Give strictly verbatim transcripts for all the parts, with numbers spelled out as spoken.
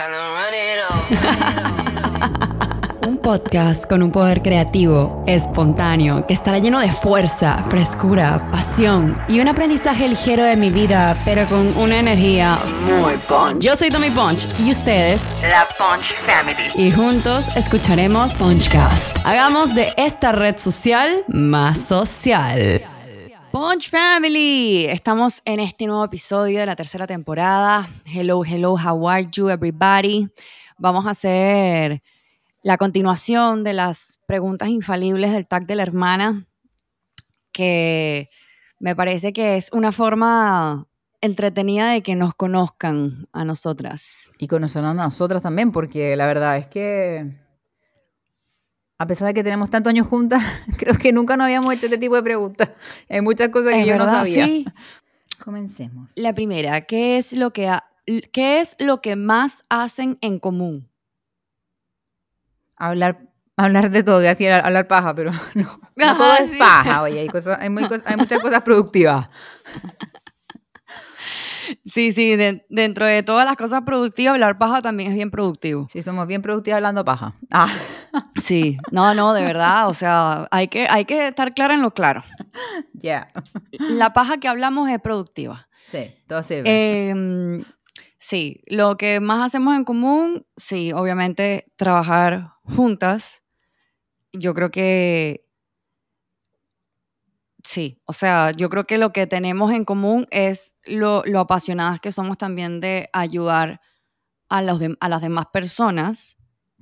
Un podcast con un poder creativo, espontáneo, que estará lleno de fuerza, frescura, pasión y un aprendizaje ligero de mi vida, pero con una energía muy punch. Yo soy Tommy Punch y ustedes, la Punch Family. Y juntos escucharemos Punchcast. Hagamos de esta red social más social. Punch Family, estamos en este nuevo episodio de la tercera temporada. Hello, hello, how are you everybody? Vamos a hacer la continuación de las preguntas infalibles del tag de la hermana, que me parece que es una forma entretenida de que nos conozcan a nosotras. Y conocer a nosotras también, porque la verdad es que a pesar de que tenemos tantos años juntas, creo que nunca nos habíamos hecho este tipo de preguntas. Hay muchas cosas que ¿Es yo verdad? no sabía. Sí. Comencemos. La primera, ¿qué es lo que, ha- ¿qué es lo que más hacen en común? Hablar, hablar de todo, así hablar paja, pero no, no Ajá, todo es sí. paja, oye, hay, cosas, hay, muy cosas- hay muchas cosas productivas. Sí, sí, de- dentro de todas las cosas productivas, hablar paja también es bien productivo. Sí, somos bien productivas hablando paja. Ah, Sí, no, no, de verdad, o sea, hay que, hay que estar clara en lo claro. ya. La paja que hablamos es productiva. Sí, todo sirve. Eh, sí, lo que más hacemos en común, sí, obviamente trabajar juntas. Yo creo que sí, o sea, yo creo que lo que tenemos en común es lo, lo apasionadas que somos también de ayudar a, los de- a las demás personas.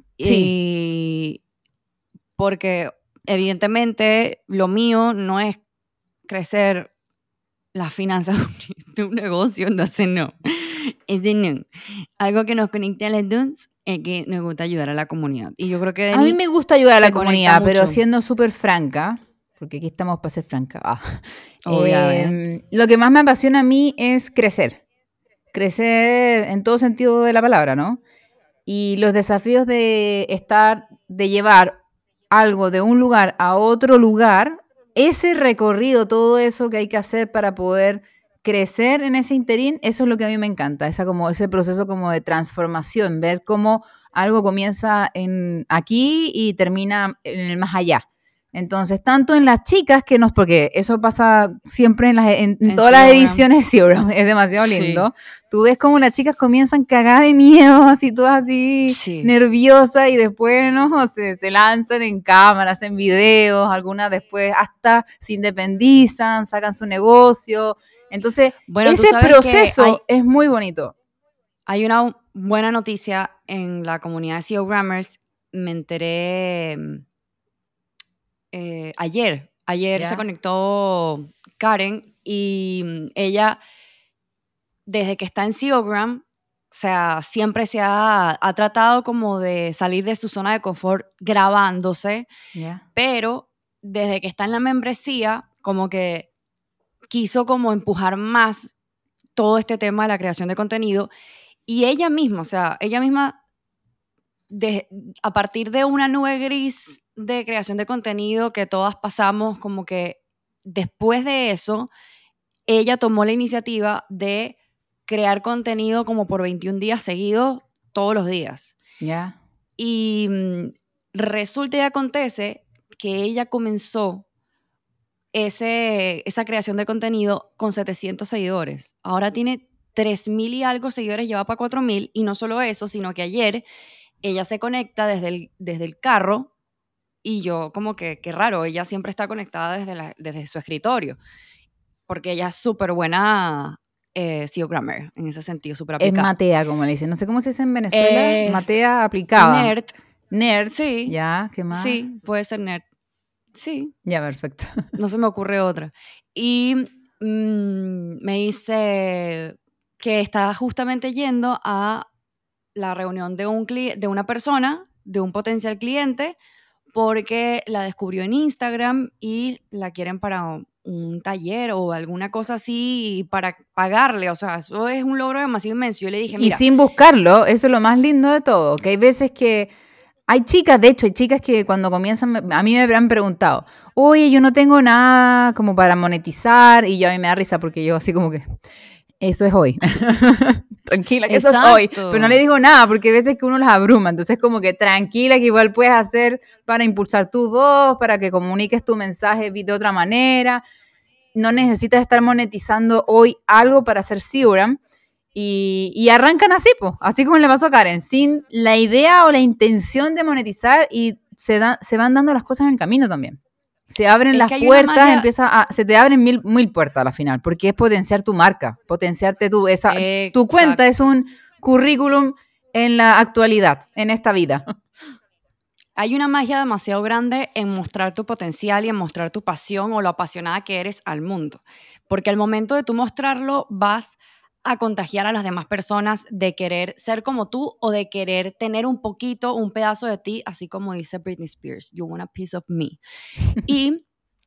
Y porque evidentemente lo mío no es crecer las finanzas de un, de un negocio, entonces no. Es de no. Algo que nos conecte a las dos es que nos gusta ayudar a la comunidad. Y yo creo que A mí Deni me gusta ayudar a se la conecta comunidad, pero mucho. siendo súper franca, porque aquí estamos para ser franca. Ah. Obviamente. Eh, lo que más me apasiona a mí es crecer. Crecer en todo sentido de la palabra, ¿no? Y los desafíos de estar, de llevar algo de un lugar a otro lugar, ese recorrido, todo eso que hay que hacer para poder crecer en ese interín, eso es lo que a mí me encanta, esa como, ese proceso como de transformación, ver cómo algo comienza en aquí y termina en el más allá. Entonces, tanto en las chicas que nos, porque eso pasa siempre en, las, en, en En todas las Seogram. ediciones de Seogram, es demasiado Sí. lindo. Tú ves cómo las chicas comienzan cagadas de miedo, así todas así Sí. nerviosas, y después ¿no? se, se lanzan en cámara, hacen videos, algunas después hasta se independizan, sacan su negocio. Entonces, Bueno, tú ese sabes que proceso hay- es muy bonito. Hay una buena noticia en la comunidad de Seogrammers. Me enteré eh, ayer. Ayer Ya. se conectó Karen y mm, ella, desde que está en Seogram, o sea, siempre se ha, ha tratado como de salir de su zona de confort grabándose, ¿Ya? pero desde que está en la membresía, como que quiso como empujar más todo este tema de la creación de contenido. Y ella misma, o sea, ella misma, de- a partir de una nube gris de creación de contenido que todas pasamos, como que después de eso, ella tomó la iniciativa de crear contenido como por veintiún días seguidos, todos los días. ¿Ya? Y mm, resulta y acontece que ella comenzó ese, esa creación de contenido con setecientos seguidores. Ahora tiene tres mil y algo seguidores, lleva para cuatro mil, y no solo eso, sino que ayer ella se conecta desde el, desde el carro, y yo como que, qué raro, ella siempre está conectada desde, la, desde su escritorio, porque ella es súper buena eh, Seogrammer, en ese sentido, súper Es aplicada. matea, como le dicen. No sé cómo se dice en Venezuela. Es Matea aplicada. Nerd, Nerd. sí, Ya, ¿qué más? sí, puede ser nerd, sí. Ya, perfecto. No se me ocurre otra. Y mm, me dice que está justamente yendo a la reunión de, un cli- de una persona, de un potencial cliente, porque la descubrió en Instagram y la quieren para un, un taller o alguna cosa así para pagarle. O sea, eso es un logro demasiado inmenso. Yo le dije, Y mira, sin buscarlo, eso es lo más lindo de todo, que hay veces que hay chicas, de hecho, hay chicas que cuando comienzan, me- a mí me han preguntado, oye, yo no tengo nada como para monetizar, y yo a mí me da risa porque yo así como que, Eso es hoy. Tranquila, que eso es hoy. Pero no le digo nada porque a veces que uno las abruma. Entonces como que tranquila, que igual puedes hacer para impulsar tu voz, para que comuniques tu mensaje de otra manera. No necesitas estar monetizando hoy algo para hacer Seogram. Y, y arrancan así, pues, así como le pasó a Karen, sin la idea o la intención de monetizar y se, da, se van dando las cosas en el camino también. Se abren es las puertas, magia... empieza a, se te abren mil, mil puertas a la final, porque es potenciar tu marca, potenciarte tu, esa, tu cuenta es un currículum en la actualidad, en esta vida. Hay una magia demasiado grande en mostrar tu potencial y en mostrar tu pasión o lo apasionada que eres al mundo, porque al momento de tú mostrarlo vas a contagiar a las demás personas de querer ser como tú o de querer tener un poquito, un pedazo de ti, así como dice Britney Spears, you want a piece of me. Y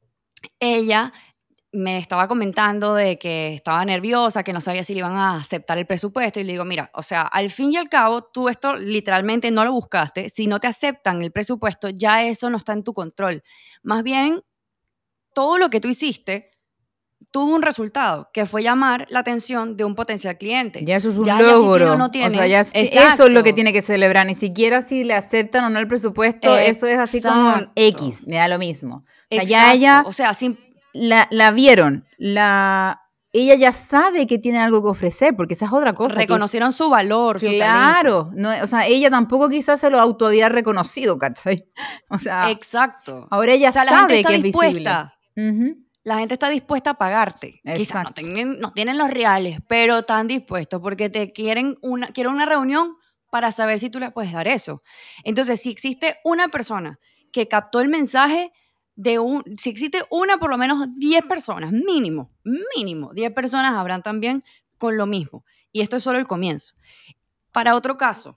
ella me estaba comentando de que estaba nerviosa, que no sabía si le iban a aceptar el presupuesto y le digo, mira, o sea, al fin y al cabo, tú esto literalmente no lo buscaste, si no te aceptan el presupuesto, ya eso no está en tu control. Más bien, todo lo que tú hiciste tuvo un resultado, que fue llamar la atención de un potencial cliente. Ya eso es un ya logro. No tiene, o sea, ya es, eso es lo que tiene que celebrar. Ni siquiera si le aceptan o no el presupuesto, eh, eso es así exacto. Como X, me da lo mismo. O sea, exacto. Ya ella, o sea, sin... la, la vieron, la... ella ya sabe que tiene algo que ofrecer, porque esa es otra cosa. Reconocieron es... su valor, claro, su talento. No, o sea, ella tampoco quizás se lo auto había reconocido, ¿cachai? O sea, exacto. Ahora ella o sea, sabe la gente está que es dispuesta. visible. Uh-huh. La gente está dispuesta a pagarte. Exacto. Quizás no tienen, no tienen los reales, pero están dispuestos porque te quieren una, quieren una reunión para saber si tú les puedes dar eso. Entonces, si existe una persona que captó el mensaje de un, si existe una, por lo menos diez personas, mínimo, mínimo, diez personas habrán también con lo mismo. Y esto es solo el comienzo. Para otro caso,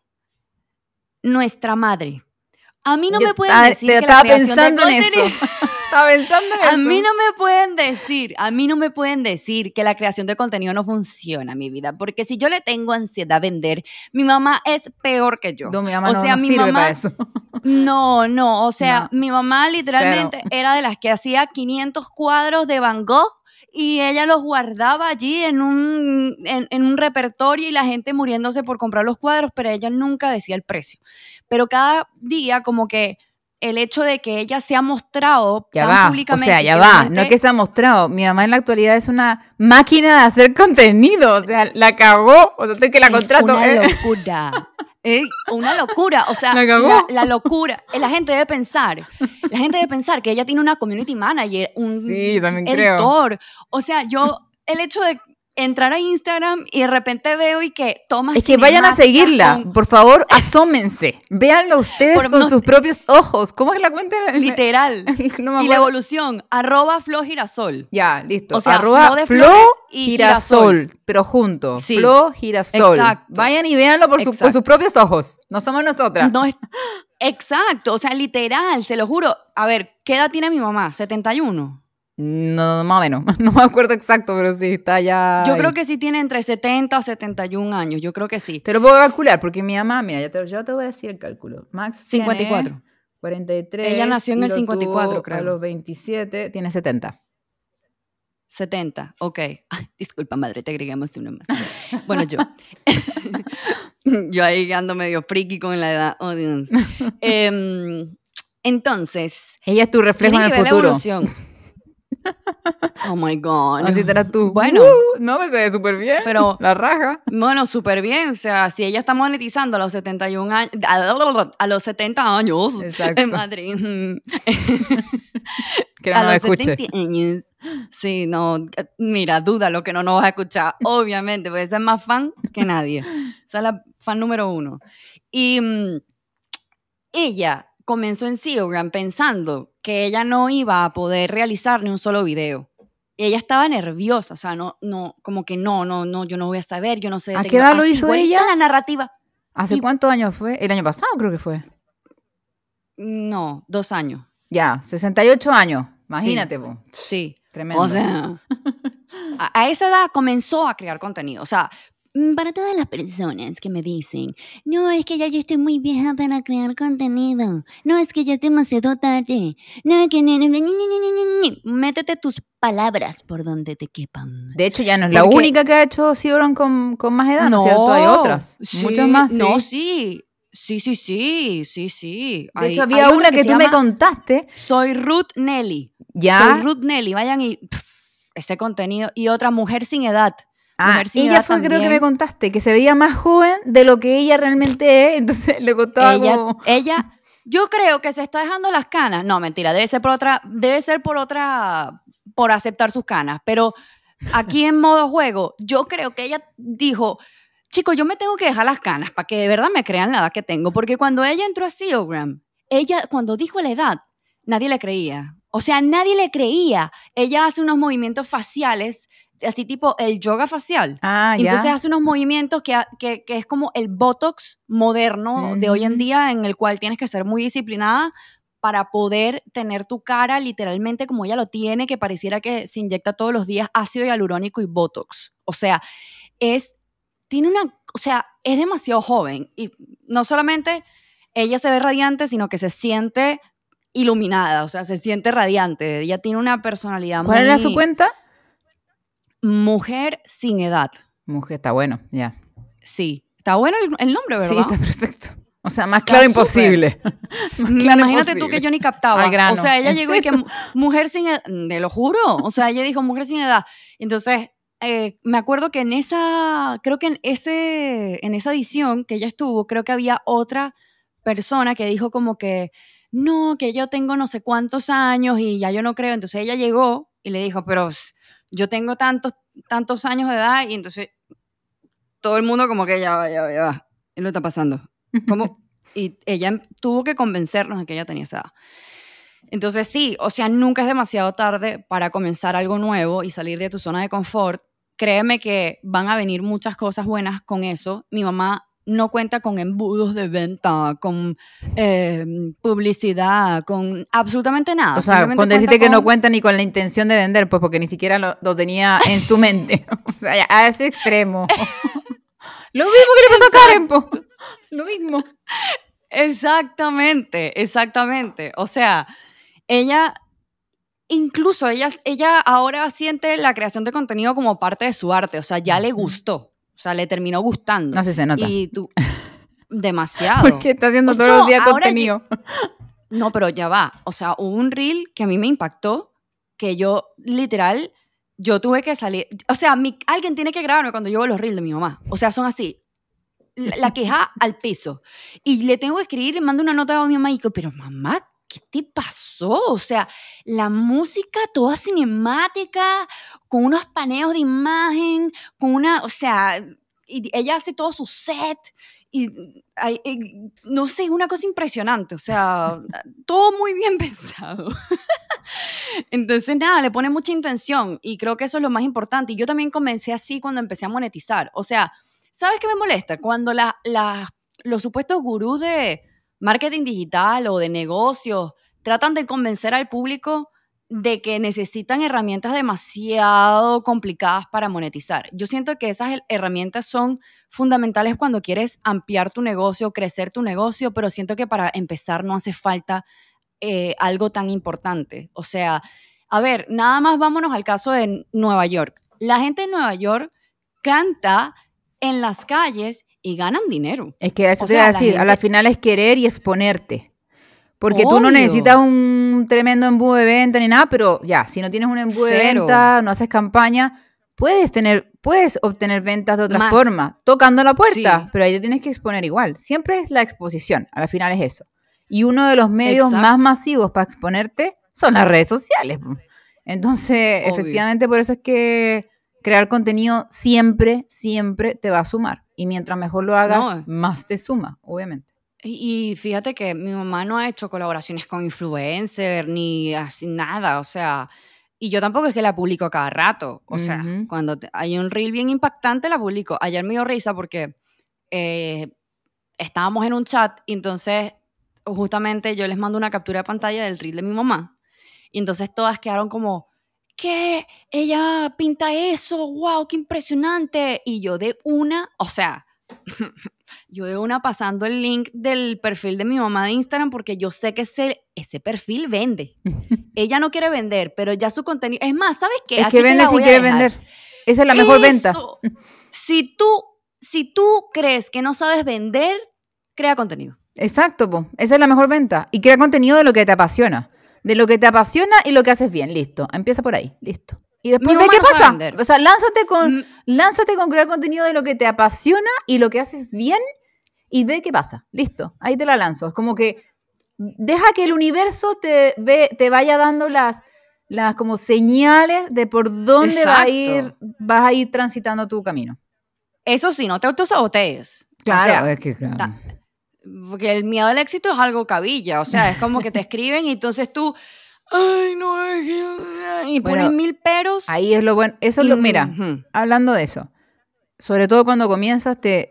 nuestra madre. A mí no Yo, me pueden a, decir te que la creación pensando de contenido... en eso. Estaba pensando en a eso. mí no me pueden decir, a mí no me pueden decir que la creación de contenido no funciona, mi vida, porque si yo le tengo ansiedad a vender, mi mamá es peor que yo. No, mi mamá o no, sea, no mi sirve mamá, para eso. No, no, o sea, No. mi mamá literalmente Cero. era de las que hacía quinientos cuadros de Van Gogh y ella los guardaba allí en un, en, en un repertorio y la gente muriéndose por comprar los cuadros, pero ella nunca decía el precio. Pero cada día como que el hecho de que ella se ha mostrado ya tan va, públicamente... O sea, ya que va, gente... no es que se ha mostrado. Mi mamá en la actualidad es una máquina de hacer contenido. O sea, la cagó. O sea, estoy que la contrato. Es una ¿eh? locura. Es una locura. O sea, ¿La cagó? La, la locura. La gente debe pensar. La gente debe pensar que ella tiene una community manager, un sí, también editor. Creo. O sea, yo... El hecho de entrar a Instagram y de repente veo y que toma es que vayan a seguirla, con... por favor, asómense, véanlo ustedes por, con no, sus propios ojos. ¿Cómo es la cuenta? Literal. No y la evolución, arroba Flo Girasol. Ya, listo. O sea, arroba Flo de Flo y Girasol, Girasol, pero junto. Sí. Flo Girasol. Exacto. Vayan y véanlo por su, con sus propios ojos. No somos nosotras. No es... Exacto, o sea, literal, se lo juro. A ver, ¿qué edad tiene mi mamá? ¿setenta y uno? No, más o menos. No me acuerdo exacto, pero sí, está ya... Yo ahí. creo que sí tiene entre setenta o setenta y un años, yo creo que sí. Te lo puedo calcular, porque mi mamá, mira, ya te, yo te voy a decir el cálculo. Max cincuenta y cuatro. Tiene cuarenta y tres. Ella nació en y el cincuenta y cuatro, creo. A los veintisiete, tiene setenta. setenta, ok. Ay, disculpa, madre, te agregamos uno más. Bueno, yo. yo ahí ando medio friki con la edad. Oh, Dios. eh, entonces... Ella es tu reflejo en el futuro. La evolución. Oh my God. Así serás tú. Bueno. Uh, no, me se ve súper bien. Pero, la raja. Bueno, súper bien. O sea, si ella está monetizando a los setenta y un años, a los setenta años Exacto. en Madrid. que no a nos los escuche. setenta años. Sí, no, mira, duda lo que no nos vas a escuchar. Obviamente, porque esa es más fan que nadie. Esa es la fan número uno. Y um, ella comenzó en Seogram pensando que ella no iba a poder realizar ni un solo video. Y ella estaba nerviosa, o sea, no, no, como que no, no, no, yo no voy a saber, yo no sé. ¿A qué edad lo así, hizo ella? La narrativa. ¿Hace y, cuántos años fue? ¿El año pasado creo que fue? No, dos años. Ya, sesenta y ocho años, imagínate. Sí, vos. sí. Tremendo. O sea, a, a esa edad comenzó a crear contenido, o sea, para todas las personas que me dicen, no, es que ya yo estoy muy vieja para crear contenido, no, es que ya es demasiado tarde, no, es que... ni, ni, ni, ni, ni, ni. Métete tus palabras por donde te quepan. De hecho, ya no es la Porque- única que ha hecho Sion con, con más edad, ¿no es cierto? Hay otras, sí, muchas más. No, sí. sí, sí, sí, sí, sí, sí. De Hay- hecho, hay había otra una que, se tú me llama contaste. Soy Ruth Nelly. Ya. Soy Ruth Nelly. Vayan y pff, ese contenido. Y otra, Mujer sin edad. Ah, Mujer sin ella edad fue, creo que también. me contaste, que se veía más joven de lo que ella realmente es, entonces le costaba Ella, como... ella, yo creo que se está dejando las canas. No, mentira, debe ser por otra, debe ser por otra, por aceptar sus canas. Pero aquí en modo juego, yo creo que ella dijo, chicos, yo me tengo que dejar las canas para que de verdad me crean la edad que tengo. Porque cuando ella entró a Seogram, ella, cuando dijo la edad, nadie le creía. O sea, nadie le creía. Ella hace unos movimientos faciales, así tipo el yoga facial. Ah, Y ya. entonces hace unos movimientos que, que, que es como el Botox moderno de hoy en Mm. día, en el cual tienes que ser muy disciplinada para poder tener tu cara literalmente como ella lo tiene, que pareciera que se inyecta todos los días ácido hialurónico y Botox. O sea, es, tiene una, o sea, es demasiado joven. Y no solamente ella se ve radiante, sino que se siente iluminada, o sea, se siente radiante. Ella tiene una personalidad ¿Cuál muy... era su cuenta? Mujer sin edad. Mujer, está bueno, ya. Sí. Está bueno el, el nombre, ¿verdad? Sí, está perfecto. O sea, más Está claro súper. imposible. Más claro Imagínate tú imposible. que yo ni captaba. Al grano. O sea, ella ¿En llegó y que serio? mu- mujer sin edad, te lo juro. O sea, ella dijo mujer sin edad. Entonces, eh, me acuerdo que en esa, creo que en, ese, en esa edición que ella estuvo, creo que había otra persona que dijo como que, no, que yo tengo no sé cuántos años y ya yo no creo. Entonces ella llegó y le dijo, pero s- yo tengo tantos, tantos años de edad y entonces todo el mundo como que ya va, ya va, ya va. ¿Qué lo está pasando? ¿Cómo? Y ella em- tuvo que convencernos de que ella tenía esa edad. Entonces sí, o sea, nunca es demasiado tarde para comenzar algo nuevo y salir de tu zona de confort. Créeme que van a venir muchas cosas buenas con eso. Mi mamá no cuenta con embudos de venta, con eh, publicidad, con absolutamente nada. O sea, Simplemente cuando cuenta deciste que no con- cuenta ni con la intención de vender, pues porque ni siquiera lo, lo tenía en su mente. O sea, ya, a ese extremo. Lo mismo que le pasó a Karen, po. Lo mismo. Exactamente, exactamente. O sea, ella, incluso ella, ella ahora siente la creación de contenido como parte de su arte. O sea, ya le gustó. O sea, le terminó gustando. No sé, se nota. Y tú, demasiado. Porque está haciendo O sea, todos los no, días ahora contenido. No, pero ya va. O sea, hubo un reel que a mí me impactó, que yo, literal, yo tuve que salir. O sea, mi- alguien tiene que grabarme cuando yo veo los reels de mi mamá. O sea, son así. La, la queja al piso. Y le tengo que escribir, le mando una nota a mi mamá y digo, pero mamá, ¿qué te pasó? O sea, la música toda cinemática, con unos paneos de imagen, con una, o sea, y ella hace todo su set. Y, ay, y, no sé, una cosa impresionante, o sea, todo muy bien pensado. Entonces, nada, le pone mucha intención y creo que eso es lo más importante. Y yo también comencé así cuando empecé a monetizar. O sea, ¿sabes qué me molesta? Cuando la, la- los supuestos gurús de marketing digital o de negocios tratan de convencer al público de que necesitan herramientas demasiado complicadas para monetizar. Yo siento que esas herramientas son fundamentales cuando quieres ampliar tu negocio, crecer tu negocio, pero siento que para empezar no hace falta eh, algo tan importante. O sea, a ver, nada más vámonos al caso de Nueva York. La gente de Nueva York canta en las calles y ganan dinero. Es que eso O te iba a sea, la decir, a la gente- final es querer y exponerte. Porque tú no Obvio. necesitas un tremendo embudo de venta ni nada, pero ya, si no tienes un embudo de Cero. venta, no haces campaña, puedes tener, puedes obtener ventas de otra Más. forma, tocando la puerta, Sí. pero ahí te tienes que exponer igual. Siempre es la exposición, a la final es eso. Y uno de los medios Exacto. más masivos para exponerte son las redes sociales. po. Entonces, Obvio. efectivamente, por eso es que crear contenido siempre, siempre te va a sumar. Y mientras mejor lo hagas, No. más te suma, obviamente. Y y fíjate que mi mamá no ha hecho colaboraciones con influencer ni así nada, o sea, y yo tampoco es que la publico a cada rato, o sea, Ujú. cuando te- hay un reel bien impactante la publico. Ayer me dio risa porque eh, estábamos en un chat y entonces justamente yo les mando una captura de pantalla del reel de mi mamá y entonces todas quedaron como, que ella pinta eso, wow, qué impresionante. Y yo de una, o sea, yo de una pasando el link del perfil de mi mamá de Instagram porque yo sé que ese, ese perfil vende. Ella no quiere vender, pero ya su contenido... Es más, ¿sabes qué? Es Aquí que te vende la sin voy a querer dejar. vender. Esa es la mejor venta. Eso. Si tú, si tú crees que no sabes vender, crea contenido. Exacto, po. Esa es la mejor venta. Y crea contenido de lo que te apasiona. De lo que te apasiona y lo que haces bien. Listo. Empieza por ahí. Listo. Y después Mi ve mamá qué no sabe pasa. vender. O sea, lánzate con, Mm. lánzate con crear contenido de lo que te apasiona y lo que haces bien y ve qué pasa. Listo. Ahí te la lanzo. Es como que deja que el universo te, ve, te vaya dando las, las como señales de por dónde va a ir, Exacto. vas a ir transitando tu camino. Eso sí, no te autosabotees. Claro, o sea, es que claro. ta- porque el miedo al éxito es algo cabilla. O sea, es como que te escriben y entonces tú, ay, no, es que... Y Bueno, pones mil peros. Ahí es lo bueno. Eso es y- lo, mira, Ujú. hablando de eso, sobre todo cuando comienzas, te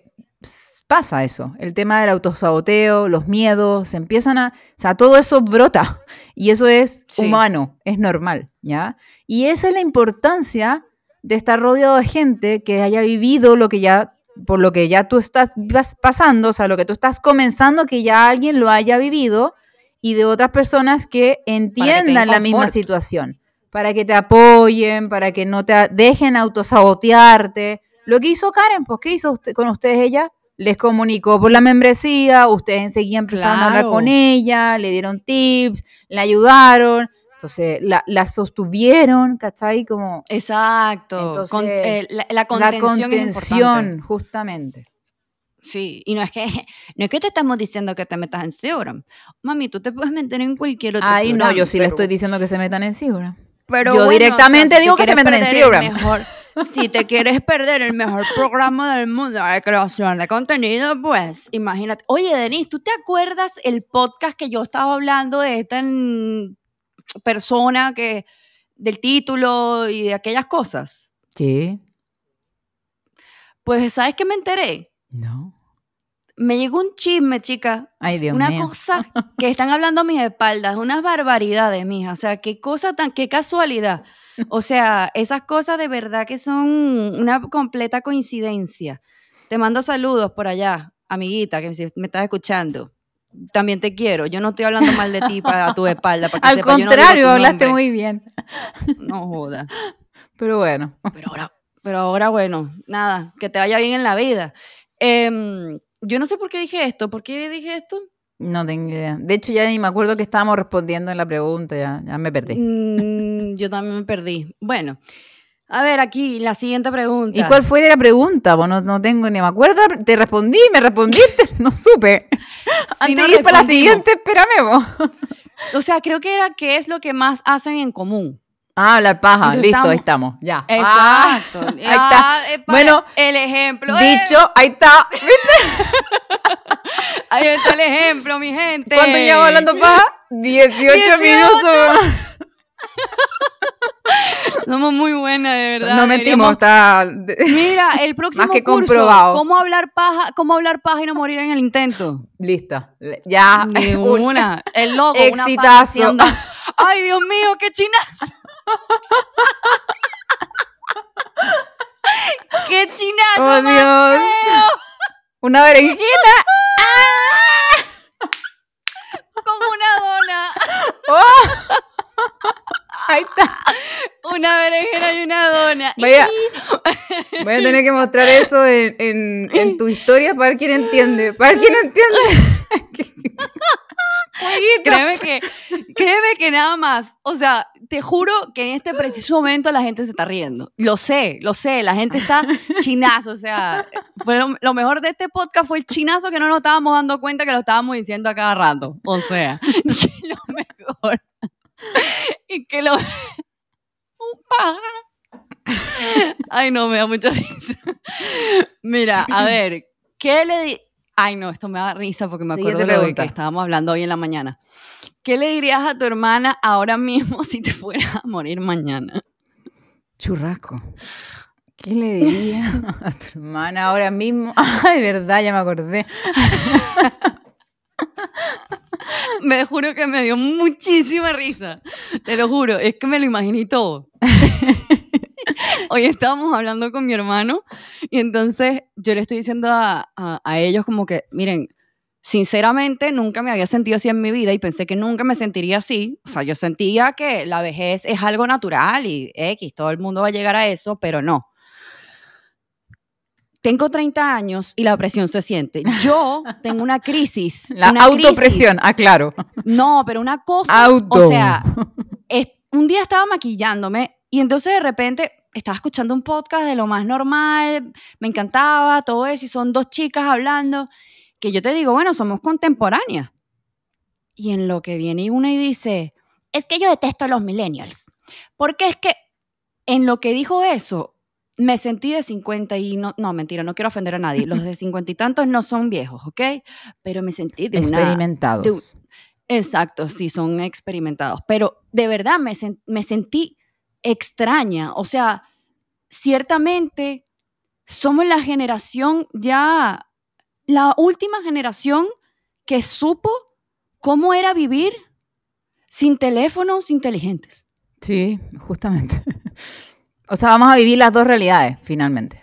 pasa eso. El tema del autosaboteo, los miedos, se empiezan a. O sea, todo eso brota. Y eso es Sí. humano, es normal, ¿ya? Y esa es la importancia de estar rodeado de gente que haya vivido lo que ya. Por lo que ya tú estás vas pasando, o sea, lo que tú estás comenzando, que ya alguien lo haya vivido, y de otras personas que entiendan la misma confort. situación, para que te apoyen, para que no te dejen autosabotearte. Lo que hizo Karen, pues, ¿qué hizo usted, con ustedes ella? Les comunicó por la membresía, ustedes enseguida empezaron a hablar Claro. con ella, le dieron tips, la ayudaron, entonces la, la sostuvieron, ¿cachai? Como Exacto. Entonces, Con- eh, la, la la contención, es importante. contención, justamente. Sí, y no es que no es que te estamos diciendo que te metas en Instagram. Mami, tú te puedes meter en cualquier otro Ay, programa. no, yo sí le pero- estoy diciendo que se metan en Instagram. pero yo bueno, directamente o sea, si digo te que se quieres metan en perder el Instagram. mejor- si te quieres perder el mejor programa del mundo de creación de contenido, pues imagínate. Oye, Denise, ¿tú te acuerdas el podcast que yo estaba hablando de esta mm, persona que del título y de aquellas cosas? Sí. Pues, ¿sabes qué me enteré? No. Me llegó un chisme, chica. Ay, Dios una mío. cosa que están hablando a mis espaldas, unas barbaridades, mija. O sea, qué cosa tan, qué casualidad. O sea, esas cosas de verdad que son una completa coincidencia. Te mando saludos por allá, amiguita, que si me estás escuchando. También te quiero. Yo no estoy hablando mal de ti para tu espalda. Para que Al sepa, yo no digo contrario, tu hablaste nombre. muy bien. No jodas. Pero bueno. Pero ahora, pero ahora, bueno, nada, que te vaya bien en la vida. Em, yo no sé por qué dije esto. ¿Por qué dije esto? No tengo idea. De hecho, ya ni me acuerdo que estábamos respondiendo en la pregunta. Ya, ya me perdí. Mm, yo también me perdí. Bueno, a ver, aquí la siguiente pregunta. ¿Y cuál fue la pregunta? Pues no, no tengo ni me acuerdo. Te respondí, me respondiste. No supe. Antes no de ir para la respondimos. siguiente, espérame vos. O sea, creo que era qué es lo que más hacen en común. Ah, hablar paja. Entonces Listo, estamos- ahí estamos. Ya. Exacto. Ah, ahí está. Ah, es para Bueno, el ejemplo. ¡eh! dicho, ahí está. Ahí está el ejemplo, mi gente. ¿Cuánto llevamos hablando paja? dieciocho dieciocho. minutos. Somos muy buenas, de verdad. No mentimos, Deberíamos- está Mira, el próximo Más que curso, comprobado. ¿cómo hablar paja, cómo hablar paja y no morir en el intento? lista. Ya. De Un- una. El logo, una paja Exitazo. haciendo- Ay, Dios mío, qué chinazo. qué chinazo. Oh, más Dios. feo. Una berenjena. Con una dona. Oh. Ahí está. Una berenjena y una dona. Vaya. Voy a tener que mostrar eso en, en, en tu historia para ver quién entiende. Para ver quién entiende. Jueguito. Créeme que, créeme que nada más, o sea, te juro que en este preciso momento la gente se está riendo. Lo sé, lo sé, la gente está chinazo, o sea, fue lo, lo mejor de este podcast fue el chinazo que no nos estábamos dando cuenta que lo estábamos diciendo a cada rato. O sea, que lo mejor. Y que lo... Un paja. Ay, no, me da mucha risa. Mira, a ver, ¿qué le di... Ay, no, esto me da risa porque me acuerdo Siguiente de lo pregunta. que estábamos hablando hoy en la mañana. ¿Qué le dirías a tu hermana ahora mismo si te fueras a morir mañana? Churrasco. ¿Qué le diría a tu hermana ahora mismo? Ay, verdad, ya me acordé. me juro que me dio muchísima risa. Te lo juro, es que me lo imaginé todo. Hoy estábamos hablando con mi hermano y entonces yo le estoy diciendo a, a, a ellos como que, miren, sinceramente nunca me había sentido así en mi vida y pensé que nunca me sentiría así. O sea, yo sentía que la vejez es algo natural y X, todo el mundo va a llegar a eso, pero no. Tengo treinta años y la presión se siente. Yo tengo una crisis. La una autopresión, crisis. aclaro. No, pero una cosa, Auto. o sea, es, un día estaba maquillándome y entonces de repente estaba escuchando un podcast de lo más normal, me encantaba todo eso y son dos chicas hablando, que yo te digo, bueno, somos contemporáneas. Y en lo que viene una y dice, es que yo detesto a los millennials, porque es que en lo que dijo eso, me sentí de cincuenta y no, no, mentira, no quiero ofender a nadie. Los de cincuenta y tantos no son viejos, ¿ok? Pero me sentí de una... Experimentados. de un- exacto, sí, son experimentados. Pero de verdad me, sen- me sentí extraña. O sea, ciertamente somos la generación ya, la última generación que supo cómo era vivir sin teléfonos inteligentes. Sí, justamente. O sea, vamos a vivir las dos realidades, finalmente.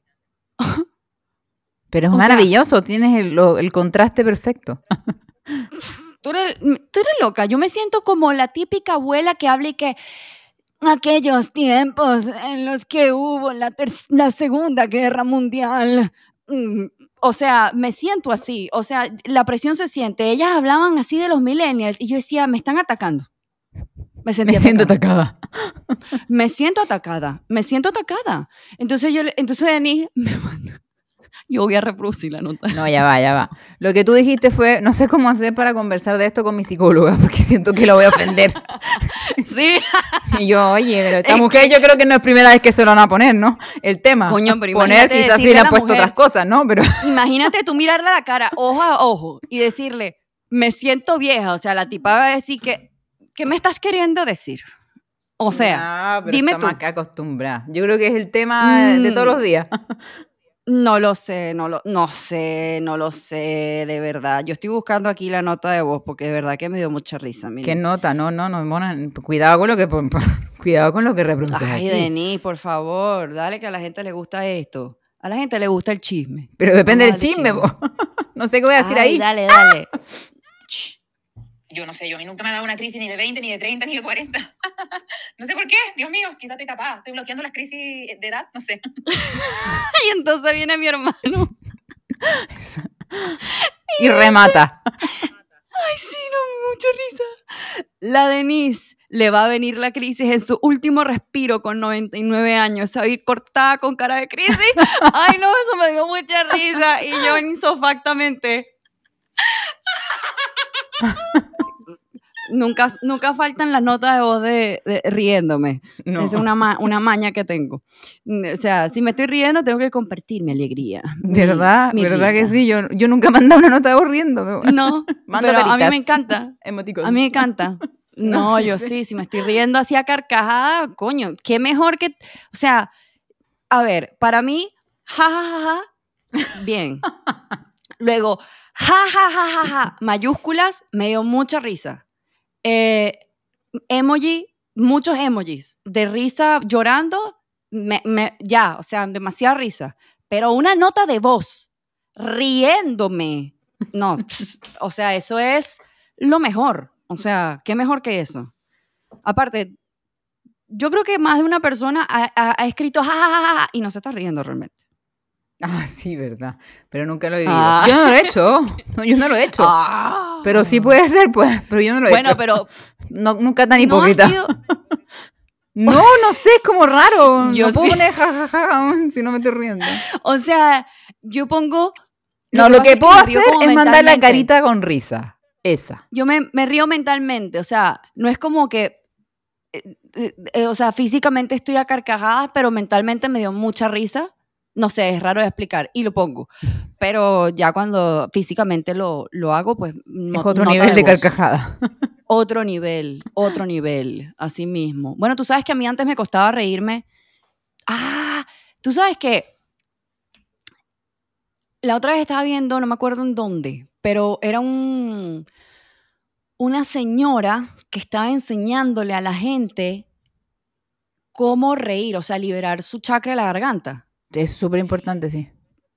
Pero es O sea- maravilloso, tienes el, lo- el contraste perfecto. Tú eres, tú eres loca. Yo me siento como la típica abuela que habla y que aquellos tiempos en los que hubo la, ter- la Segunda Guerra Mundial. Mm, O sea, me siento así. O sea, la presión se siente. Ellas hablaban así de los millennials y yo decía, me están atacando. Me, sentí Me siento atacada. atacada. Me siento atacada. Me siento atacada. Entonces, yo, le- entonces Denise me manda. Yo voy a reproducir la nota. No, ya va, ya va. Lo que tú dijiste fue, no sé cómo hacer para conversar de esto con mi psicóloga, porque siento que la voy a ofender. Sí. Y yo, oye, pero esta Es mujer yo creo que no es primera vez que se lo van a poner, ¿no? El tema. Coño, pero Poner imagínate quizás sí decirle le a han la puesto mujer- otras cosas, ¿no? Pero Imagínate tú mirarle a la cara, ojo a ojo, y decirle, me siento vieja. O sea, la tipa va a decir que, ¿qué me estás queriendo decir? O sea, no, pero dime está tú. más que acostumbrada. Yo creo que es el tema de Mm. todos los días. No lo sé, no lo no sé, no lo sé, de verdad. Yo estoy buscando aquí la nota de voz porque de verdad que me dio mucha risa. ¿Qué Miren. nota? No, no, no, mona, cuidado con lo que pon- cuidado con lo que reproduces Ay, aquí. Denis, por favor, dale que a la gente le gusta esto. A la gente le gusta el chisme. Pero depende Vamos a del darle chisme, po. No sé qué voy a decir Ay, ahí. dale, dale. Yo no sé, yo a mí nunca me ha dado una crisis ni de veinte, ni de treinta, ni de cuarenta. No sé por qué, Dios mío, quizás estoy tapada. Estoy bloqueando las crisis de edad, no sé. Y entonces viene mi hermano. Y remata. Ay, sí, no, mucha risa. La Denise le va a venir la crisis en su último respiro con noventa y nueve años. Se va a ir cortada con cara de crisis. Ay, no, eso me dio mucha risa. Y yo insofactamente. Nunca, nunca faltan las notas de voz de, de riéndome. No. Esa es una, ma- una maña que tengo. Mm, O sea, si me estoy riendo, tengo que compartir mi alegría. mi- ¿Verdad? mi ¿Verdad que risa. sí? Yo, yo nunca he mandado una nota de voz riéndome. No, Manda pero a mí peritas. me encanta. Emoticones. A mí me encanta. No, No, sí yo sé. sí, si me estoy riendo así a carcajada, coño, qué mejor que, o sea, a ver, para mí, ja, ja, ja, ja, bien. Luego, ja, ja, ja, ja, ja, mayúsculas, me dio mucha risa. Eh, emoji, muchos emojis de risa llorando, me, me- ya, o sea, demasiada risa. Pero una nota de voz, riéndome, no, o sea, eso es lo mejor. O sea, ¿qué mejor que eso? Aparte, yo creo que más de una persona ha, ha- ha escrito ja, ja, ja, ja, ja, y no se está riendo realmente. Ah, sí, verdad. Pero nunca lo he vivido. Ah. Yo no lo he hecho. No, yo no lo he hecho. Ah. Pero sí puede ser, pues. Pero yo no lo he Bueno, hecho. pero No, nunca tan no ha hipócrita. sido... No, no sé, es como raro. Yo no puedo sí. poner jajaja si no me estoy riendo. O sea, yo pongo... No, lo pasa que es puedo me río hacer como es mandar la mentalmente. carita con risa. Esa. Yo me, me río mentalmente, o sea, no es como que... eh, eh, eh, o sea, físicamente estoy a carcajadas, pero mentalmente me dio mucha risa. No sé, es raro de explicar y lo pongo. Pero ya cuando físicamente lo, lo hago, pues... no- es otro nota nivel de, voz. carcajada. Otro nivel, otro nivel, así mismo. Bueno, tú sabes que a mí antes me costaba reírme. Ah, tú sabes que la otra vez estaba viendo, no me acuerdo en dónde, pero era un, una señora que estaba enseñándole a la gente cómo reír, o sea, liberar su chakra de la garganta. Es súper importante, sí.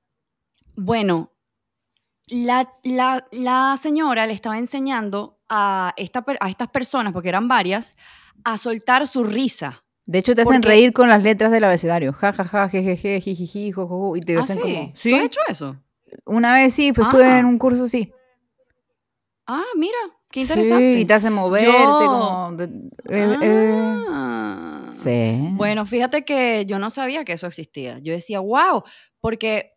Bueno, la, la, la señora le estaba enseñando a, esta, per- a estas personas, porque eran varias, a soltar su risa. De hecho, te hacen Porque- reír con las letras del abecedario. Ja, ja, ja, je, je, je, jijiji, jo, jo, jo, y te ¿Ah, hacen sí? como... ¿Tú has hecho eso? Una vez sí, pues estuve Ah. en un curso así. Ah, mira, qué interesante. Sí, y te hacen moverte Yo- como... de- eh, eh, Ah. sí. Bueno, fíjate que yo no sabía que eso existía. Yo decía, wow, porque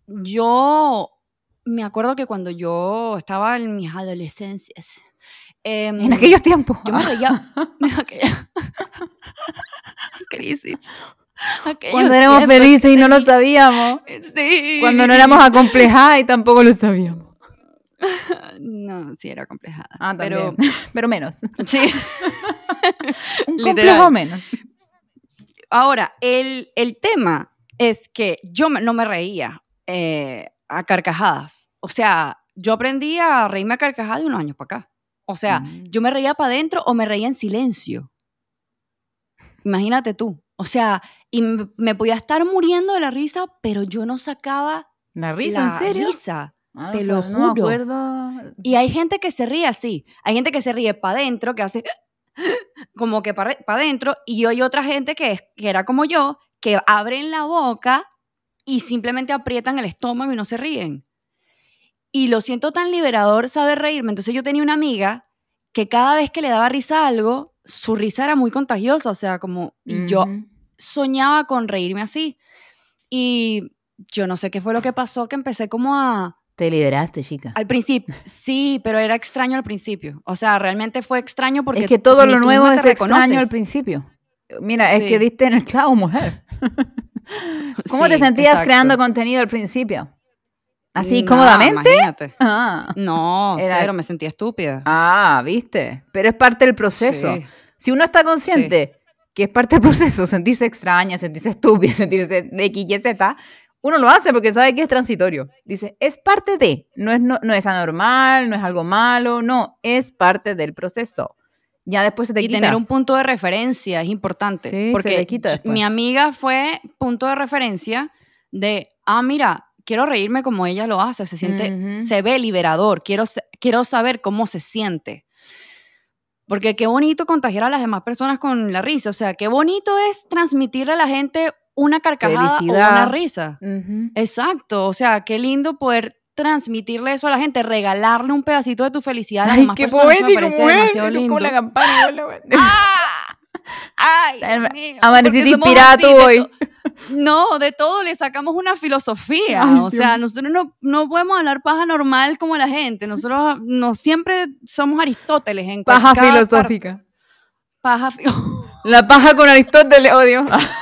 yo me acuerdo que cuando yo estaba en mis adolescencias, em, En aquellos tiempos. yo me reía. en aquella- Crisis. Aquellos Cuando éramos tiempos felices y no lo tenía- sabíamos. Sí. Cuando no éramos acomplejadas y tampoco lo sabíamos. No, sí era complejada. Ah, pero también. Pero menos. sí. Un Literal. complejo menos. Ahora, el, el tema es que yo me- no me reía eh, a carcajadas. O sea, yo aprendí a reírme a carcajadas de unos años para acá. O sea, Mm. yo me reía para adentro o me reía en silencio. Imagínate tú. O sea, y me, me podía estar muriendo de la risa, pero yo no sacaba ¿La risa, la en serio? risa. Ah, te o lo sea, No me juro. acuerdo. Y hay gente que se ríe así. Hay gente que se ríe para adentro, que hace como que para adentro. Y hay otra gente que, es- que era como yo, que abren la boca y simplemente aprietan el estómago y no se ríen. Y lo siento tan liberador saber reírme. Entonces yo tenía una amiga que cada vez que le daba risa a algo, su risa era muy contagiosa. O sea, como... Y yo Ujú. soñaba con reírme así. Y yo no sé qué fue lo que pasó, que empecé como a... Te liberaste, chica. Al principio, sí, pero era extraño al principio. O sea, realmente fue extraño porque Es que todo ni lo tú nuevo misma es te extraño al reconoces. principio. Mira, es Sí. que diste en el clavo, mujer. ¿Cómo Sí, te sentías exacto. creando contenido al principio? ¿Así Nah, cómodamente? Imagínate. Ah. No, Era- cero, me sentía estúpida. Ah, ¿viste? Pero es parte del proceso. Sí. Si uno está consciente que es parte del proceso, sentirse extraña, sentirse estúpida, sentirse de X, Y, Z, uno lo hace porque sabe que es transitorio. Dice, es parte de, no es, no, no es anormal, no es algo malo, no, es parte del proceso. Ya después se te Y quita. tener un punto de referencia es importante. Sí, se porque le quita yo- después. mi amiga fue punto de referencia de, ah, mira, quiero reírme como ella lo hace, se siente, Ujú. se ve liberador, quiero, se- quiero saber cómo se siente. Porque qué bonito contagiar a las demás personas con la risa, o sea, qué bonito es transmitirle a la gente una carcajada Felicidad. o una risa. Ujú. Exacto, o sea, qué lindo poder transmitirle eso a la gente, regalarle un pedacito de tu felicidad a las Ay, demás qué personas, eso me poético, parece mujer. demasiado Tocó lindo. la campana, igual, güey. ¡Ay, Dios mío! Amaneciste Porque somos inspirada así, tú de hoy. to- No, de todo le sacamos una filosofía. Ay, o Dios. sea, nosotros no, no podemos hablar paja normal como la gente. Nosotros no siempre somos Aristóteles en cual- Paja cada filosófica. parte. Paja fi- La paja con Aristóteles, odio.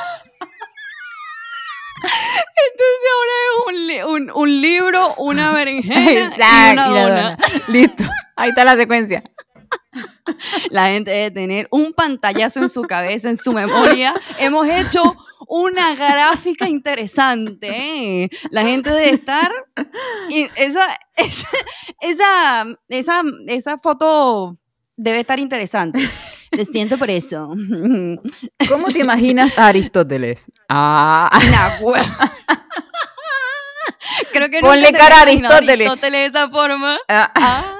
Entonces ahora es un, li- un, un libro, una berenjena y Exacto, una y la dona. dona. Listo. Ahí está la secuencia. La gente debe tener un pantallazo en su cabeza, en su memoria. Hemos hecho una gráfica interesante. ¿Eh? La gente debe estar... Y esa, esa, esa, esa, esa foto debe estar interesante. Lo siento por eso. ¿Cómo te imaginas a Aristóteles? Ah. Nah, hue- Creo que Ponle nunca te cara a había imaginado Aristóteles. Aristóteles de esa forma. Ah. Ah.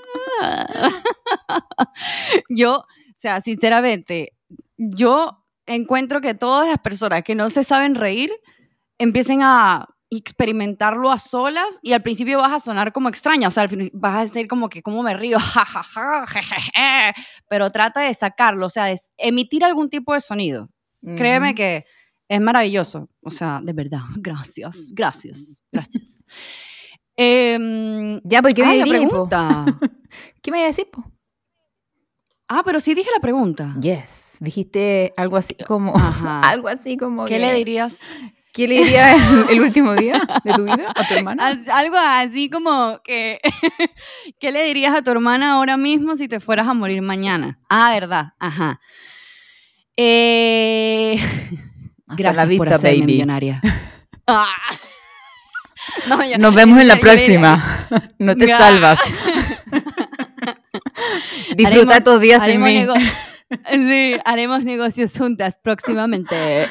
Yo, o sea, sinceramente, yo encuentro que todas las personas que no se saben reír empiecen a experimentarlo a solas y al principio vas a sonar como extraña, o sea, al fin vas a decir como que cómo me río, ja, ja, ja, je, je, je, pero trata de sacarlo, o sea, de emitir algún tipo de sonido. Créeme Ujú. que es maravilloso, o sea, de verdad, gracias, gracias, gracias. Em, Ya, pues, ¿qué me ay, la dirías, po? pregunta. ¿Qué me iba a decir, po? Ah, pero sí dije la pregunta. Yes. Dijiste algo así como... Ajá. Algo así como ¿Qué que- le dirías? ¿Qué le dirías el, el último día de tu vida a tu hermana? Al- Algo así como que... ¿Qué le dirías a tu hermana ahora mismo si te fueras a morir mañana? Ah, verdad. Ajá. Eh, Hasta gracias la por vista, hacerme baby. millonaria. Ah. No, yo- Nos vemos en la serio, yo le diría próxima. No te Ga- salvas. Disfruta Haremos- estos días sin haremos mí. nego- Sí, haremos negocios juntas próximamente.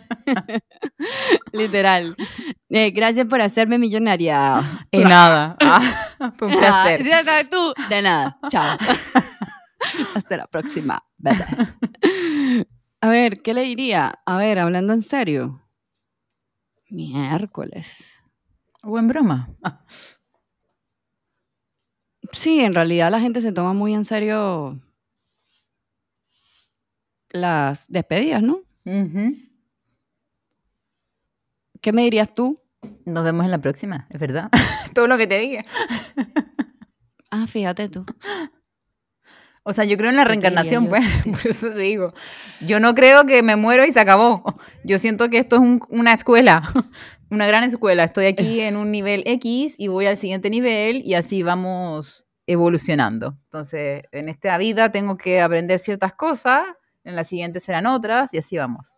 Literal. Eh, gracias por hacerme millonaria. Y nada. Ah, fue un placer. Ah, ya sabes tú. De nada. Chao. Hasta la próxima. Bye, bye. A ver, ¿qué le diría? A ver, hablando en serio. Miércoles. O en broma. Ah, Sí, en realidad la gente se toma muy en serio las despedidas, ¿no? ujú. ¿Qué me dirías tú? Nos vemos en la próxima, es verdad. Todo lo que te dije. Ah, fíjate tú. O sea, yo creo en la ¿Qué te diría reencarnación, yo? pues. Por eso te digo. Yo no creo que me muero y se acabó. Yo siento que esto es un- una escuela. Una gran escuela. Estoy aquí en un nivel X y voy al siguiente nivel y así vamos evolucionando. Entonces, en esta vida tengo que aprender ciertas cosas, en la siguiente serán otras y así vamos.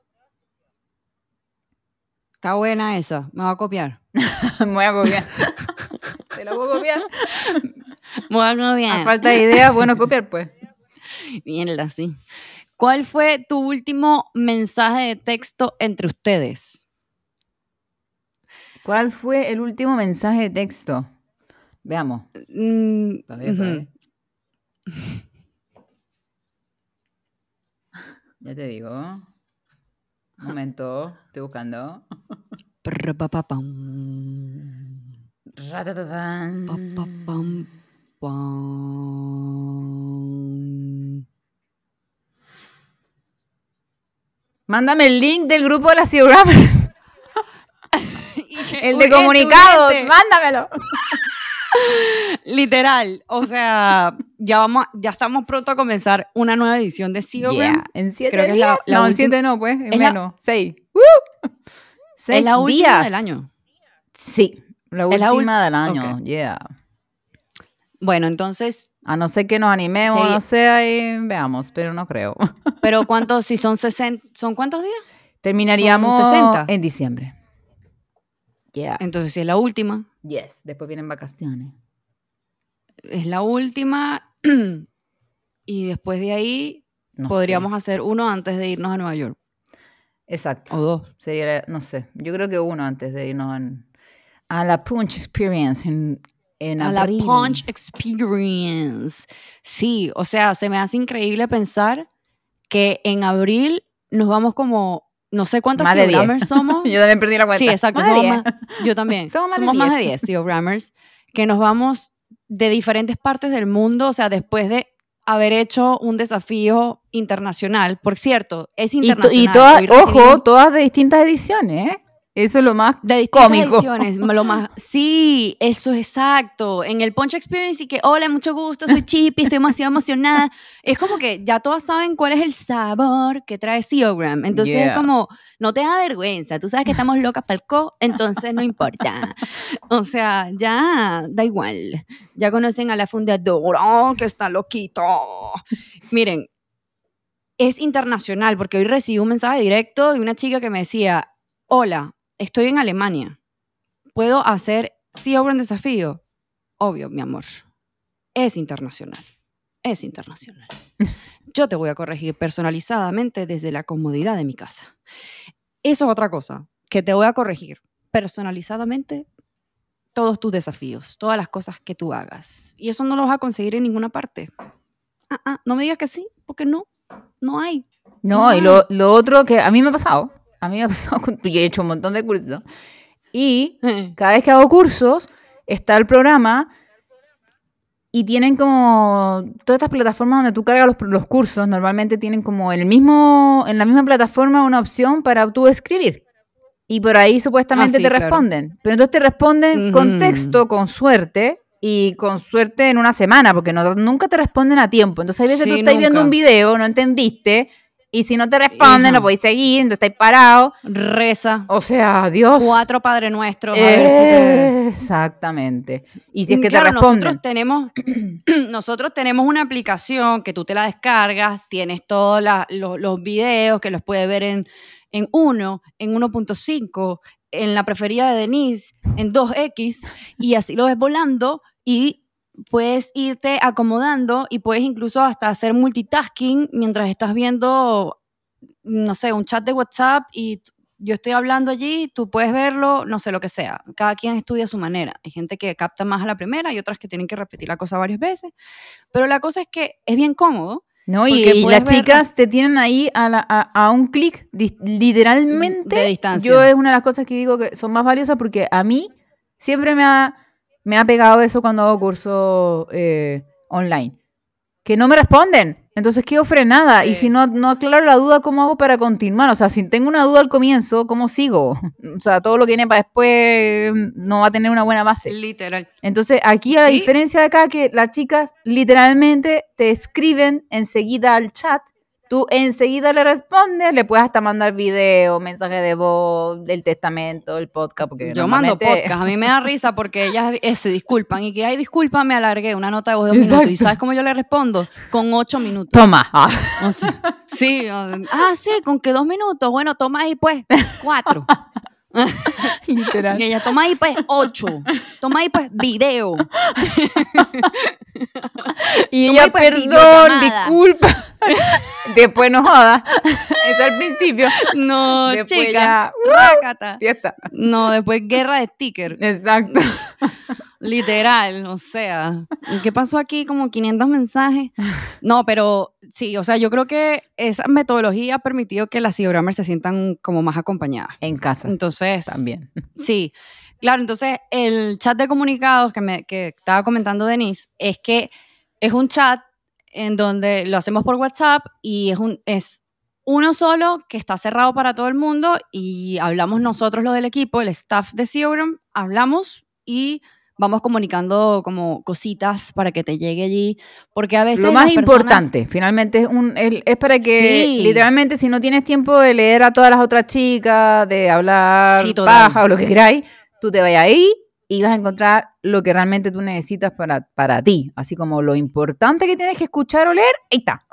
Está buena esa. Me va a copiar. Me voy a copiar. ¿Te la puedo copiar? Me va a copiar. A falta de ideas, bueno, copiar, pues. Mierda, sí. ¿Cuál fue tu último mensaje de texto entre ustedes? ¿Cuál fue el último mensaje de texto? Veamos. Mm, Pa' ver, pa' ujú. ver. Ya te digo. Un momento, estoy buscando. Prr, pa, pa, pam. Ratatatán. Pa, pa, pam, pam. Mándame el link del grupo de las Geogrammers. El de Urgente, comunicados, urgente. mándamelo. Literal, o sea, ya vamos, ya estamos pronto a comenzar una nueva edición de Geogram. Yeah. En siete Creo que es días. la- la no, en última- siete no, pues, en es la- menos. Seis. ¡Uh! Seis Es la última días. del año. Sí, la Es la última ul- del año. ok. Yeah. Bueno, entonces, A no ser que nos animemos, Sería- no sé, ahí veamos, pero no creo. pero ¿cuántos? Si son sesenta, ¿son cuántos días? Terminaríamos Son sesenta. en diciembre. Yeah. Entonces, si es la última, Yes, después vienen vacaciones. es la última y después de ahí No podríamos sé. hacer uno antes de irnos a Nueva York. Exacto. O dos. Sería, la- no sé, yo creo que uno antes de irnos en- a la Punch Experience en, en A la abril. Punch Experience. Sí, o sea, se me hace increíble pensar que en abril nos vamos como, no sé cuántas Más de diez. Geogrammers somos. Yo también perdí la cuenta. Sí, exacto. Más de somos diez. más- yo también. Somos más de somos más de diez. diez Geogrammers que nos vamos de diferentes partes del mundo, o sea, después de haber hecho un desafío internacional. Por cierto, es Y, to- internacional. y todas, Hoy recibí ojo, un- todas de distintas ediciones, ¿eh? Eso es lo más de distintas cómico. ediciones, lo más, sí, eso es exacto. En el Punch Experience y que, hola, mucho gusto, soy Chippy, estoy demasiado emocionada. Es como que ya todas saben cuál es el sabor que trae Geogram. Entonces Yeah. es como, no te da vergüenza, tú sabes que estamos locas para el co, entonces no importa. O sea, ya da igual. Ya conocen a la fundadora que está loquito. Miren, es internacional porque hoy recibí un mensaje directo de una chica que me decía, hola, estoy en Alemania. ¿Puedo hacer Geogram desafío? Obvio, mi amor. Es internacional. Es internacional. Yo te voy a corregir personalizadamente desde la comodidad de mi casa. Eso es otra cosa, que te voy a corregir personalizadamente todos tus desafíos, todas las cosas que tú hagas. Y eso no lo vas a conseguir en ninguna parte. Ah, ah, no me digas que sí, porque no, no hay. No, No y hay. lo, lo otro que a mí me ha pasado, a mí me ha pasado, con, yo he hecho un montón de cursos, y cada vez que hago cursos, está el programa y tienen como todas estas plataformas donde tú cargas los, los cursos, normalmente tienen como el mismo, en la misma plataforma una opción para tú escribir. Y por ahí supuestamente Ah, sí, te claro. responden. Pero entonces te responden con Ujú. texto, con suerte, y con suerte en una semana, porque no, nunca te responden a tiempo. Entonces hay veces Sí, tú estás viendo nunca. un video, no entendiste, y si no te responden, Ajá. no podéis seguir, entonces estáis parados. Reza. O sea, Dios. Cuatro Padre Nuestros. A ver si te- Exactamente. Y si es que Claro, te responden. nosotros tenemos, nosotros tenemos una aplicación que tú te la descargas, tienes todos la- los, los videos que los puedes ver en, en uno, en uno punto cinco, en la preferida de Denise, en dos equis, y así lo ves volando y puedes irte acomodando y puedes incluso hasta hacer multitasking mientras estás viendo, no sé, un chat de WhatsApp y t- yo estoy hablando allí, tú puedes verlo, no sé, lo que sea. Cada quien estudia a su manera. Hay gente que capta más a la primera y otras que tienen que repetir la cosa varias veces. Pero la cosa es que es bien cómodo. No, y, Porque y puedes las ver- chicas te tienen ahí a, la- a- a un clic, di- literalmente. De distancia. Yo es una de las cosas que digo que son más valiosas porque a mí siempre me ha, me ha pegado eso cuando hago cursos eh, online. Que no me responden. Entonces quedo frenada. Sí. Y si no, no aclaro la duda, ¿cómo hago para continuar? O sea, si tengo una duda al comienzo, ¿cómo sigo? O sea, todo lo que viene para después no va a tener una buena base. Literal. Entonces, aquí a Sí. diferencia de acá, que las chicas literalmente te escriben enseguida al chat, tú enseguida le respondes, le puedes hasta mandar video, mensaje de voz, del testamento, el podcast, porque Yo mando normalmente- podcast, a mí me da risa porque ellas eh, se disculpan y que, ay, disculpa, me alargué una nota de voz de un Exacto. minuto. ¿Y sabes cómo yo le respondo? Con ocho minutos. Toma. Ah. O sea, sí, o- ah, sí, con que dos minutos. Bueno, toma ahí pues cuatro. Literal. Y ella, toma ahí pues ocho. Toma ahí pues video. Y Toma ella, ahí, pues, perdón, videollamada. disculpa. Después no joda. Eso al principio. No, Después chica. ya, ¡uh! rácata. Fiesta. No, después guerra de sticker. Exacto. Literal, o sea, ¿qué pasó aquí? Como quinientos mensajes. No, pero sí, o sea, yo creo que esa metodología ha permitido que las ideogrammers se sientan como más acompañadas. En casa Entonces, también. sí, claro, entonces el chat de comunicados que, me, que estaba comentando Denise es que es un chat en donde lo hacemos por WhatsApp y es, un, es uno solo que está cerrado para todo el mundo y hablamos nosotros los del equipo, el staff de Seogram, hablamos y vamos comunicando como cositas para que te llegue allí, porque a veces Lo más las personas- importante, finalmente, es, un, el- es para que, Sí. literalmente, si no tienes tiempo de leer a todas las otras chicas, de hablar Sí, total. paja o lo que queráis, tú te vayas ahí y vas a encontrar lo que realmente tú necesitas para, para ti. Así como lo importante que tienes que escuchar o leer, ahí está.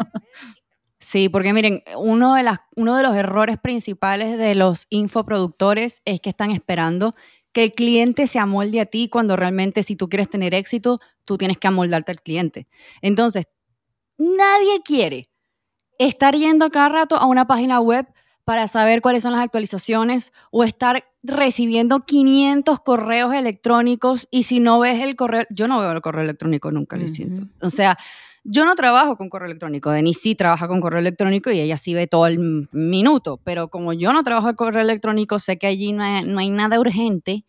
Sí, porque miren, uno de, las, uno de los errores principales de los infoproductores es que están esperando que el cliente se amolde a ti cuando realmente si tú quieres tener éxito, tú tienes que amoldarte al cliente. Entonces, nadie quiere estar yendo a cada rato a una página web para saber cuáles son las actualizaciones o estar recibiendo quinientos correos electrónicos y si no ves el correo, yo no veo el correo electrónico nunca, lo Ujú. siento. O sea, yo no trabajo con correo electrónico, Denise sí trabaja con correo electrónico y ella sí ve todo el m- minuto, pero como yo no trabajo con correo electrónico, sé que allí no hay, no hay nada urgente,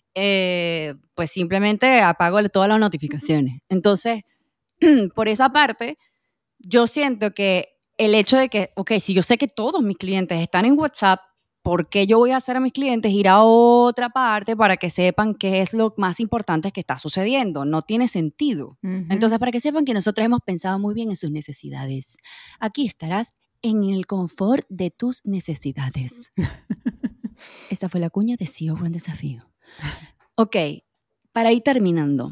eh, pues simplemente apago todas las notificaciones. Entonces, por esa parte, yo siento que el hecho de que, ok, si yo sé que todos mis clientes están en WhatsApp, ¿por qué yo voy a hacer a mis clientes ir a otra parte para que sepan qué es lo más importante que está sucediendo? No tiene sentido. Entonces, para que sepan que nosotros hemos pensado muy bien en sus necesidades. Aquí estarás en el confort de tus necesidades. Esta fue la cuña de C E O Buen Desafío. Ok, para ir terminando,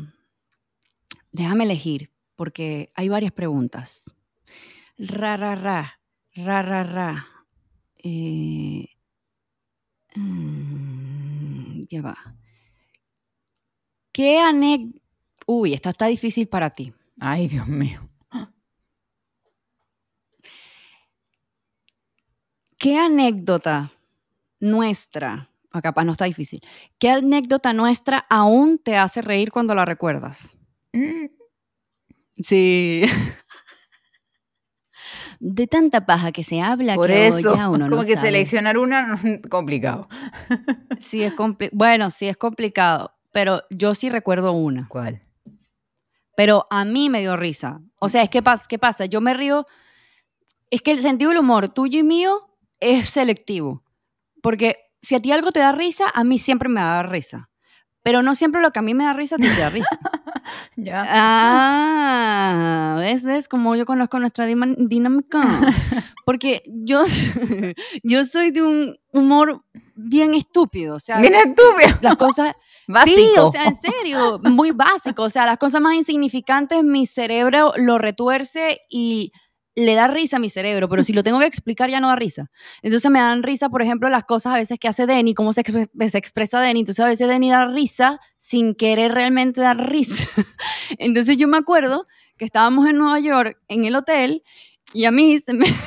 déjame elegir, porque hay varias preguntas. Ra, ra, ra, ra, ra, ra. Eh, mm, ya va. ¿Qué anécdota? Uy, esta está difícil para ti. Ay, Dios mío. ¿Qué anécdota nuestra, o capaz no está difícil, qué anécdota nuestra aún te hace reír cuando la recuerdas? Mm. Sí. De tanta paja que se habla Por que eso, ya uno como no que sabe. seleccionar una, complicado. Sí, es compli- bueno, sí es complicado, pero yo sí recuerdo una. ¿Cuál? Pero a mí me dio risa. O sea, es que pasa, ¿qué pasa? Yo me río, es que el sentido del humor tuyo y mío es selectivo, porque si a ti algo te da risa, a mí siempre me da risa, pero no siempre lo que a mí me da risa, a ti te da risa. Ya. Ah, ¿ves? ¿Ves? Como yo conozco nuestra dima- dinámica. Porque yo, yo soy de un humor bien estúpido. O sea, Bien estúpido. las cosas... Básico. Sí, o sea, en serio, muy básico. O sea, las cosas más insignificantes, mi cerebro lo retuerce y le da risa a mi cerebro, pero si lo tengo que explicar ya no da risa. Entonces me dan risa, por ejemplo, las cosas a veces que hace Denny, cómo se, expre- se expresa Denny. Entonces a veces Denny da risa sin querer realmente dar risa. Entonces yo me acuerdo que estábamos en Nueva York en el hotel y a mí se me...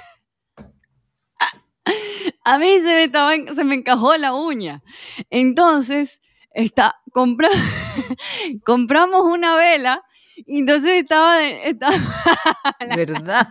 a mí se me, estaba, se me encajó la uña. Entonces está, compra, compramos una vela y entonces estaba... de- estaba ¿Verdad?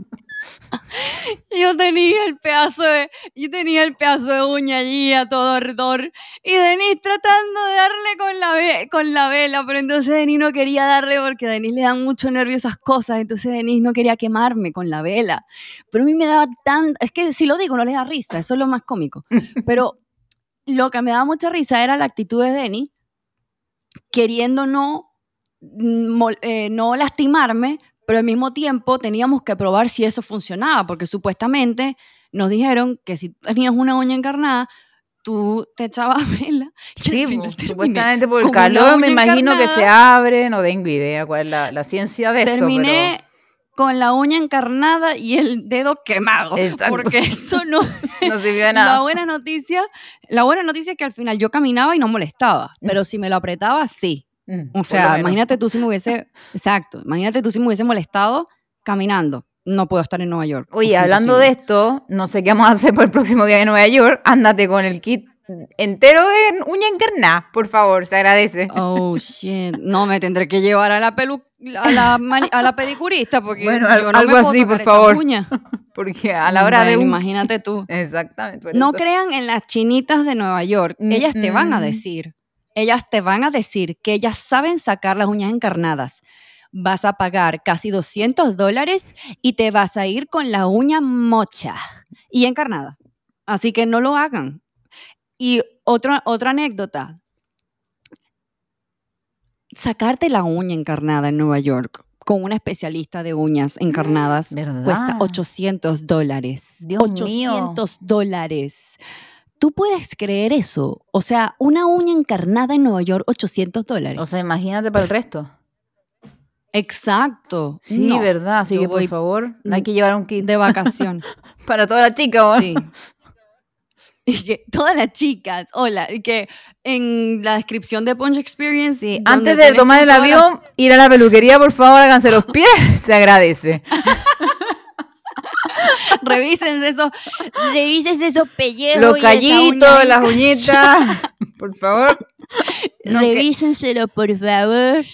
Yo tenía el pedazo de, yo tenía el pedazo de uña allí a todo ardor y Denis tratando de darle con la, ve- con la vela, pero entonces Denis no quería darle porque a Denis le dan mucho nervio esas cosas, entonces Denis no quería quemarme con la vela, pero a mí me daba tan, es que si lo digo no les da risa, eso es lo más cómico, pero lo que me daba mucha risa era la actitud de Denis queriendo no, mm, mol- eh, no lastimarme, pero al mismo tiempo teníamos que probar si eso funcionaba, porque supuestamente nos dijeron que si tenías una uña encarnada, tú te echabas vela. Y Sí, al final po, terminé supuestamente por el con una calor me uña imagino que encarnada. se abre, no tengo idea cuál es la, la ciencia de Terminé eso, con la uña encarnada y el dedo quemado, Exacto. porque eso no... pero no sirvió de La nada. buena noticia, la buena noticia es que al final yo caminaba y no molestaba, pero si me lo apretaba, sí. Mm, O por sea, lo menos. imagínate tú si me hubiese, exacto, imagínate tú si me hubiese molestado caminando. No puedo estar en Nueva York. O Oye, sea, hablando de imposible. esto, no sé qué vamos a hacer por el próximo día en Nueva York. Ándate con el kit entero de uña encarnada, por favor, se agradece. Oh, shit. No, me tendré que llevar a la pelu a la, mani- a la pedicurista porque Bueno, yo no algo me puedo así, tocar por esas favor. uñas. Porque a la hora de Bueno, un... imagínate tú. Exactamente. por No eso. crean en las chinitas de Nueva York. Mm, Ellas te van a mm. decir, ellas te van a decir que ellas saben sacar las uñas encarnadas. Vas a pagar casi doscientos dólares y te vas a ir con la uña mocha y encarnada. Así que no lo hagan. Y otra, otra anécdota. Sacarte la uña encarnada en Nueva York con una especialista de uñas encarnadas ¿Verdad? cuesta ochocientos dólares. Dios mío. ochocientos dólares. ¿Tú puedes creer eso? O sea, una uña encarnada en Nueva York, ochocientos dólares. O sea, imagínate para el resto. Exacto. Sí, No, verdad. Así yo que, por voy favor, hay que llevar un kit de vacación. para toda la chica. ¿o? Sí. Y que todas las chicas, hola, y que en la descripción de Punch Experience. Sí, donde antes de tienes tomar el todas las- avión, ir a la peluquería, por favor, háganse los pies, se agradece. Revísense esos, Revises esos pellejos Los y esa callitos, uña las uñitas, por favor. No, que- Revísenselo, por favor.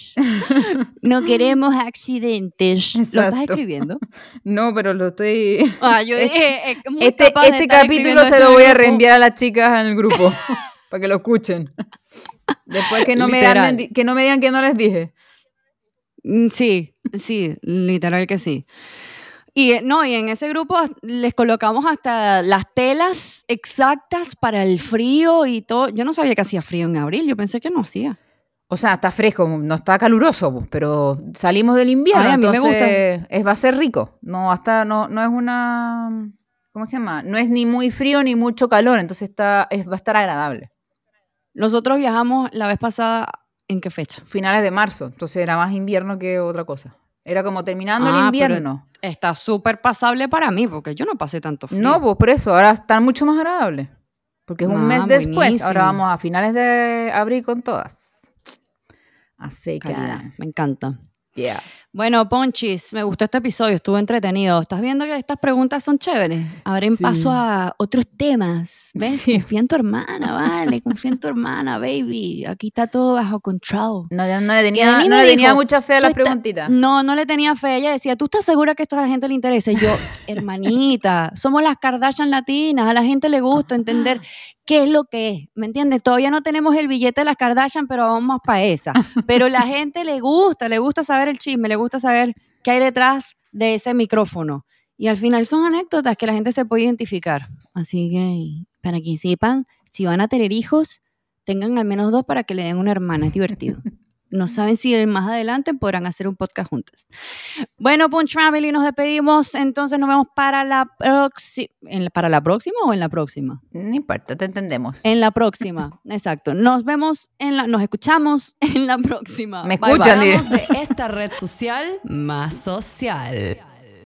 No queremos accidentes. ¿Lo estás Exacto. escribiendo? No, pero lo estoy... Ah, yo dije, es muy Este, capaz de este estar capítulo escribiendo se eso lo en voy el a grupo. reenviar a las chicas en el grupo, para que lo escuchen. Después que no, me Literal. anden- que no me digan que no les dije. Mm, Sí, sí, literal que sí. Y eh, no, y en ese grupo as- les colocamos hasta las telas exactas para el frío y todo. Yo no sabía que hacía frío en abril, yo pensé que no hacía. O sea, está fresco, no está caluroso, pues, pero salimos del invierno, Ay, a mí me entonces es, va a ser rico. No, hasta, no, no es una... ¿Cómo se llama? No es ni muy frío ni mucho calor, entonces está, es, va a estar agradable. Nosotros viajamos la vez pasada, ¿en qué fecha? Finales de marzo, entonces era más invierno que otra cosa. Era como terminando el Ah, pero invierno. Está súper pasable para mí, porque yo no pasé tanto frío. No, pues por eso, ahora están mucho más agradables. Porque es un Ah, mes después, buenísimo. ahora vamos a finales de abril con todas. Así que, Calidad, me encanta. yeah. Bueno, Ponchis, me gustó este episodio, estuvo entretenido. ¿Estás viendo que estas preguntas son chéveres? Abren Sí. paso a otros temas. ¿Ves? Sí. Confía en tu hermana, vale. Confía en tu hermana, baby. Aquí está todo bajo control. No, ya no le Que tenía, Denis no me le tenía dijo, mucha fe a "Tú las estás-" preguntitas. No, no le tenía fe. Ella decía, ¿tú estás segura que esto a la gente le interesa? Y yo, hermanita, somos las Kardashian latinas. A la gente le gusta entender qué es lo que es. ¿Me entiendes? Todavía no tenemos el billete de las Kardashian, pero vamos para esa. Pero la gente le gusta, le gusta saber el chisme, le gusta saber qué hay detrás de ese micrófono. Y al final son anécdotas que la gente se puede identificar. Así que, para que sepan, si van a tener hijos, tengan al menos dos para que le den una hermana. Es divertido. No saben si más adelante podrán hacer un podcast juntas. Bueno, Punch Family, nos despedimos. Entonces nos vemos para la próxima. ¿Para la próxima o en la próxima? No importa, te entendemos. En la próxima, exacto. Nos vemos, en la, nos escuchamos en la próxima. Me Bye, escuchan, bye. diré. Hablamos de esta red social más social.